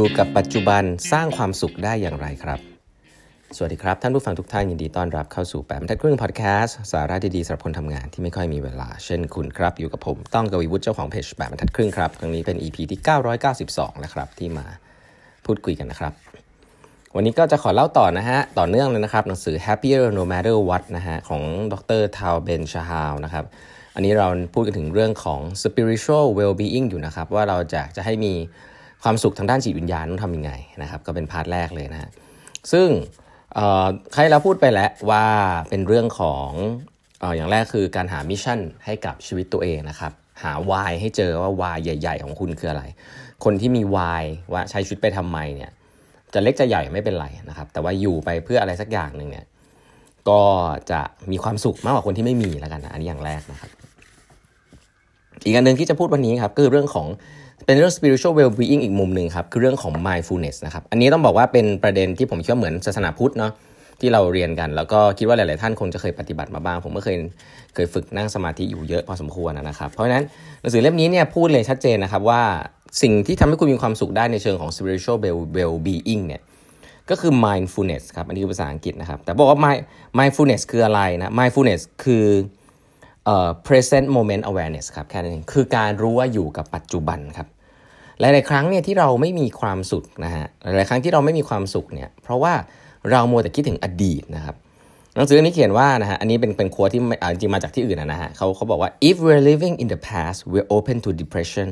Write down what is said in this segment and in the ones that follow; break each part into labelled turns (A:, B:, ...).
A: อยู่กับปัจจุบันสร้างความสุขได้อย่างไรครับสวัสดีครับท่านผู้ฟังทุกท่านยินดีต้อนรับเข้าสู่8 บรรทัดครึ่งพอดแคสต์สาระดีๆสำหรับคนทำงานที่ไม่ค่อยมีเวลาเช่นคุณครับอยู่กับผมต้องกวีวุฒิเจ้าของเพจ8 บรรทัดครึ่งครับครั้งนี้เป็น EP ที่992แล้วครับที่มาพูดคุยกันนะครับวันนี้ก็จะขอเล่าต่อนะฮะต่อเนื่องเลยนะครับหนังสือ Happier No Matter What นะฮะของดร. ทาวเบนชาฮาวนะครับอันนี้เราพูดกันถึงเรื่องของ spiritual well-being อยู่นะครับว่าเราจะให้มีความสุขทางด้านจิตวิญญาณต้องทำยังไงนะครับก็เป็นพาร์ทแรกเลยนะฮะซึ่งใครเราพูดไปแล้วว่าเป็นเรื่องของอย่างแรกคือการหามิชชั่นให้กับชีวิตตัวเองนะครับหา why ให้เจอว่า why ใหญ่ๆของคุณคืออะไรคนที่มี why ว่าใช้ชีวิตไปทำไมเนี่ยจะเล็กจะใหญ่ไม่เป็นไรนะครับแต่ว่าอยู่ไปเพื่ออะไรสักอย่างนึงเนี่ยก็จะมีความสุขมากกว่าคนที่ไม่มีแล้วกันนะอันนี้อย่างแรกนะครับอีกอันนึงที่จะพูดวันนี้ครับก็คือเรื่องของเป็นเรื่อง spiritual well-being อีกมุมหนึ่งครับคือเรื่องของ mindfulness นะครับอันนี้ต้องบอกว่าเป็นประเด็นที่ผมคิดว่าเหมือนศาสนาพุทธเนาะที่เราเรียนกันแล้วก็คิดว่าหลายๆท่านคงจะเคยปฏิบัติมาบ้างผมก็เคยฝึกนั่งสมาธิอยู่เยอะพอสมควรนะครับเพราะฉะนั้นหนังสือเล่มนี้เนี่ยพูดเลยชัดเจนนะครับว่าสิ่งที่ทำให้คุณมีความสุขได้ในเชิงของ spiritual well-being เนี่ยก็คือ mindfulness ครับอันนี้คือภาษาอังกฤษนะครับแต่บอกว่า mindfulness คืออะไรนะ mindfulness คือpresent moment awareness ครับแค่นั้นเองคือการรู้ว่าอยู่กับปัจจุบันครับหลายๆครั้งเนี่ยที่เราไม่มีความสุขนะฮะหลายๆครั้งที่เราไม่มีความสุขเนี่ยเพราะว่าเรามัวแต่คิดถึงอดีตนะครับหนังสือนี้เขียนว่านะฮะอันนี้เป็นโค้ดที่จริงมาจากที่อื่นนะฮะเขาบอกว่า if we're living in the past we're open to depression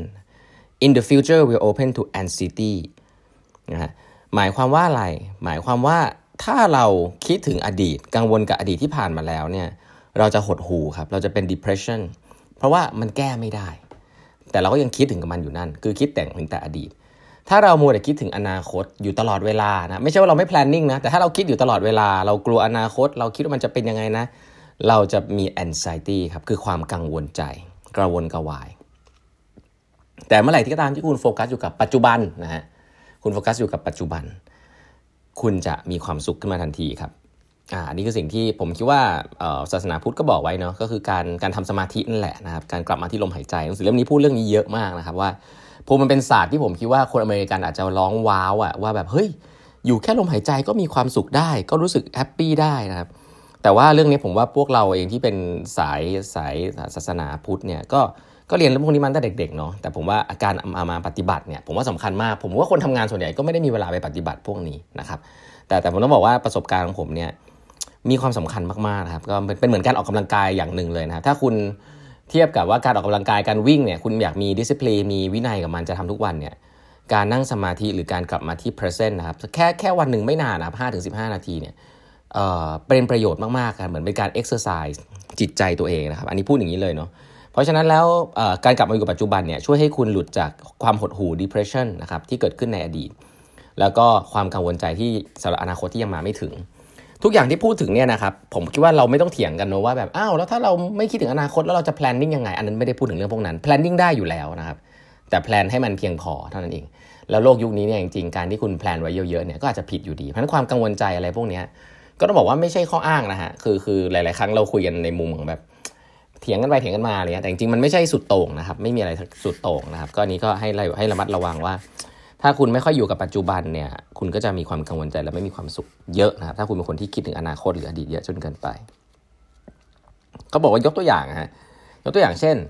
A: in the future we're open to anxiety นะฮะหมายความว่าอะไรหมายความว่าถ้าเราคิดถึงอดีตกังวลกับอดีตที่ผ่านมาแล้วเนี่ยเราจะหดหู่ครับเราจะเป็น depression เพราะว่ามันแก้ไม่ได้แต่เราก็ยังคิดถึงกับมันอยู่นั่นคือคิดถึงแต่อดีตถ้าเรามัวแต่คิดถึงอนาคตอยู่ตลอดเวลานะไม่ใช่ว่าเราไม่ planning นะแต่ถ้าเราคิดอยู่ตลอดเวลาเรากลัวอนาคตเราคิดว่ามันจะเป็นยังไงนะเราจะมี anxiety ครับคือความกังวลใจกระวนกระวายแต่เมื่อไหร่ที่ก็ตามที่คุณโฟกัสอยู่กับปัจจุบันนะฮะคุณโฟกัสอยู่กับปัจจุบันคุณจะมีความสุขขึ้นมาทันทีครับอันนี้คือสิ่งที่ผมคิดว่าศาสนาพุทธก็บอกไว้เนาะก็คือการทำสมาธินั่นแหละนะครับการกลับมาที่ลมหายใจหนังสือเล่มนี้พูดเรื่องนี้เยอะมากนะครับว่ามันเป็นศาสตร์ที่ผมคิดว่าคนอเมริกันอาจจะร้องว้าวว่าแบบเฮ้ยอยู่แค่ลมหายใจก็มีความสุขได้ก็รู้สึกแฮปปี้ได้นะครับแต่ว่าเรื่องนี้ผมว่าพวกเราเองที่เป็นสายศาสนาพุทธเนี่ยก็เรียนเรื่องพวกนี้มาตั้งแต่เด็กๆเนาะแต่ผมว่าอาการเอามาปฏิบัติเนี่ยผมว่าสำคัญมากผมว่าคนทำงานส่วนใหญ่ก็ไม่ได้มีเวลาไปปฏิบัติพวกนี้นะครับแต่ผมต้องบอกว่าประสบการณ์ของผมเนี่ยมีความสำคัญมากๆนะครับก็เป็นเหมือนการออกกำลังกายอย่างหนึ่งเลยนะถ้าคุณเทียบกับว่าการออกกำลังกายการวิ่งเนี่ยคุณอยากมีดิสซิปลินมีวินัยกับมันจะทำทุกวันเนี่ยการนั่งสมาธิหรือการกลับมาที่ present นะครับแค่วันหนึ่งไม่นานนะครับ 5-15 นาทีเนี่ยเป็นประโยชน์มากๆครับเหมือนเป็นการ exercise จิตใจตัวเองนะครับอันนี้พูดอย่างนี้เลยเนาะเพราะฉะนั้นแล้วการกลับมาอยู่กับปัจจุบันเนี่ยช่วยให้คุณหลุดจากความหดหู่ depression นะครับที่เกิดขึ้นในอดีตแล้วก็ความกังวลใจที่สำหรับอนาคตที่ยังมาไม่ถึงทุกอย่างที่พูดถึงเนี่ยนะครับผมคิดว่าเราไม่ต้องเถียงกันเนอะว่าแบบอ้าวแล้วถ้าเราไม่คิดถึงอนาคตแล้วเราจะ planning ยังไงอันนั้นไม่ได้พูดถึงเรื่องพวกนั้น planning ได้อยู่แล้วนะครับแต่ plan ให้มันเพียงพอเท่านั้นเองแล้วโลกยุคนี้เนี่ยจริงๆการที่คุณ plan ไว้เยอะๆเนี่ยก็อาจจะผิดอยู่ดีเพราะฉะนั้นความกังวลใจอะไรพวกนี้ก็ต้องบอกว่าไม่ใช่ข้ออ้างนะฮะคือหลายๆครั้งเราคุยกันในมุมของแบบเถียงกันไปเถียงกันมาอะไรเงี้ยแต่จริงๆมันไม่ใช่สุดโต่งนะครับไม่มีอะไรสุดโต่งนะครับก็นี้ก็ให้ระมัดระวังว่าถ้าคุณไม่ค่อยอยู่กับปัจจุบันเนี่ยคุณก็จะมีความกังวลใจและไม่มีความสุขเยอะนะครับถ้าคุณเป็นคนที่คิดถึงอนาคตหรืออดีตเยอะจนเกินไปเขาบอกว่ายกตัวอย่างฮะยกตัวอย่างเช่น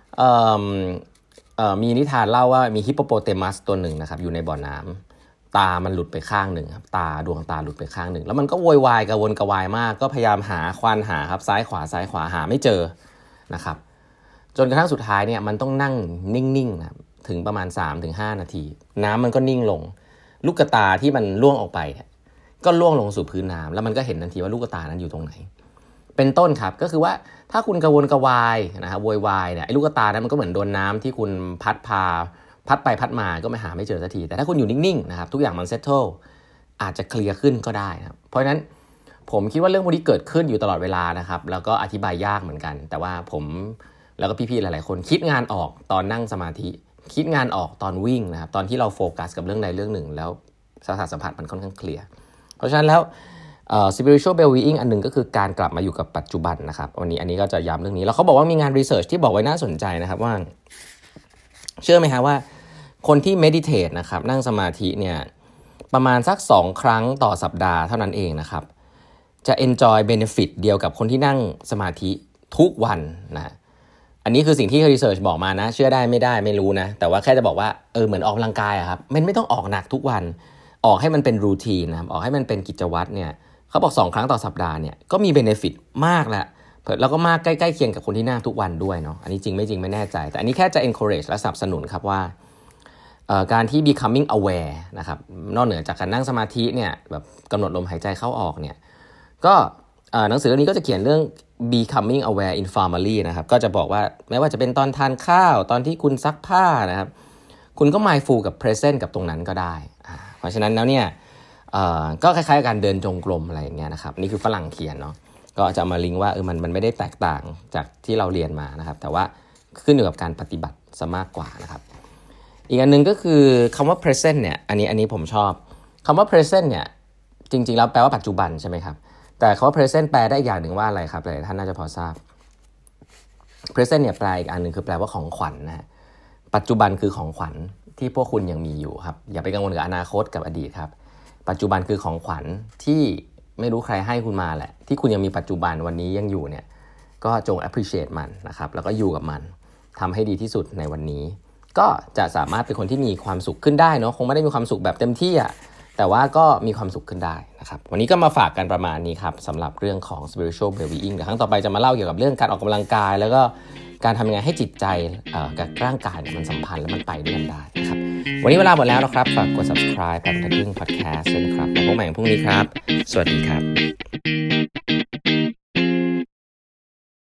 A: มีนิทานเล่าว่ามีฮิปโปโปเตมัสตัวหนึ่งนะครับอยู่ในบ่อน้ำตามันหลุดไปข้างหนึ่งครับดวงตาหลุดไปข้างหนึ่งแล้วมันก็โวยวายกระวนกระวายมากก็พยายามควานหาครับซ้ายขวาหาไม่เจอนะครับจนกระทั่งสุดท้ายเนี่ยมันต้องนั่งนิ่งๆนะครับถึงประมาณ 3-5 นาทีน้ำมันก็นิ่งลงลูกตาที่มันล่วงออกไปก็ล่วงลงสู่พื้นน้ำแล้วมันก็เห็นทันทีว่าลูกตานั้นอยู่ตรงไหนเป็นต้นครับก็คือว่าถ้าคุณกระวนกระวายนะครับโวยวายเนี่ยไอ้ลูกตานั้นมันก็เหมือนโดนน้ำที่คุณพัดไปพัดมาก็ไม่เจอสักทีแต่ถ้าคุณอยู่นิ่งๆนะครับทุกอย่างมันเซตเทิลอาจจะเคลียร์ขึ้นก็ได้นะครับเพราะฉะนั้นผมคิดว่าเรื่องพวกนี้เกิดขึ้นอยู่ตลอดเวลานะครับแล้วก็อธิบายยากเหมือนกันแต่ว่าผมแล้วก็พี่ๆหลายๆคนคิดงานออกตอนนั่งสมาธิคิดงานออกตอนวิ่งนะครับตอนที่เราโฟกัสกับเรื่องใดเรื่องหนึ่งแล้วสัมผัสมันค่อนข้างเคลียร์เพราะฉะนั้นแล้วspiritual well-being อันนึงก็คือการกลับมาอยู่กับปัจจุบันนะครับวันนี้อันนี้ก็จะย้ำเรื่องนี้แล้วเขาบอกว่ามีงานรีเสิร์ชที่บอกไว้น่าสนใจนะครับว่าเชื่อไหมฮะว่าคนที่ meditate นะครับนั่งสมาธิเนี่ยประมาณสัก2ครั้งต่อสัปดาห์เท่านั้นเองนะครับจะ enjoy benefit เดียวกับคนที่นั่งสมาธิทุกวันนะอันนี้คือสิ่งที่ research บอกมานะเชื่อได้ไม่ได้ไม่รู้นะแต่ว่าแค่จะบอกว่าเหมือนออกกำลังกายอะครับมันไม่ต้องออกหนักทุกวันออกให้มันเป็นรูทีนนะครับออกให้มันเป็นกิจวัตรเนี่ยเขาบอก2ครั้งต่อสัปดาห์เนี่ยก็มี benefit มากแล้วแล้วก็มากใกล้ๆเคียงกับคนที่นั่งทุกวันด้วยเนาะอันนี้จริงไม่จริงไม่แน่ใจแต่อันนี้แค่จะ encourage และสนับสนุนครับว่าการที่ becoming aware นะครับนอกเหนือจากการนั่งสมาธิเนี่ยแบบกำหนดลมหายใจเข้าออกเนี่ยก็หนังสือเล่มนี้ก็จะเขียนเรื่อง becoming aware in family นะครับก็จะบอกว่าไม่ว่าจะเป็นตอนทานข้าวตอนที่คุณซักผ้านะครับคุณก็ mindful กับ present กับตรงนั้นก็ได้เพราะฉะนั้นแล้วเนี่ยก็คล้ายๆการเดินจงกรมอะไรอย่างเงี้ยนะครับนี่คือฝรั่งเขียนเนาะก็จะมาลิงก์ว่ามันไม่ได้แตกต่างจากที่เราเรียนมานะครับแต่ว่าขึ้นอยู่กับการปฏิบัติซะมากกว่านะครับอีกอันนึงก็คือคำว่า present เนี่ยอันนี้ผมชอบคำว่า present เนี่ยจริงๆแล้วแปลว่าปัจจุบันใช่ไหมครับแต่คำว่า present แปลได้อีกอย่างหนึ่งว่าอะไรครับหลายท่านน่าจะพอทราบ present เนี่ยแปลอีกอันนึงคือแปลว่าของขวัญนะฮะปัจจุบันคือของขวัญที่พวกคุณยังมีอยู่ครับอย่าไปกังวลกับอนาคตกับอดีตครับปัจจุบันคือของขวัญที่ไม่รู้ใครให้คุณมาแหละที่คุณยังมีปัจจุบันวันนี้ยังอยู่เนี่ยก็จง appreciate มันนะครับแล้วก็อยู่กับมันทำให้ดีที่สุดในวันนี้ก็จะสามารถเป็นคนที่มีความสุขขึ้นได้เนาะคงไม่ได้มีความสุขแบบเต็มที่แต่ว่าก็มีความสุขขึ้นได้นะครับวันนี้ก็มาฝากกันประมาณนี้ครับสำหรับเรื่องของ spiritual well-being เดี๋ยวครั้งต่อไปจะมาเล่าเกี่ยวกับเรื่องการออกกำลังกายแล้วก็การทำยังไงให้จิตใจกับร่างกายมันสัมพันธ์และมันไปด้วยกันได้นะครับวันนี้เวลาหมดแล้วนะครับฝากกด subscribe แบบทักครึ่ง podcast ด้วยนะครับแล้วพบกันใหม่พรุ่งนี้ครับสวัสดีครับ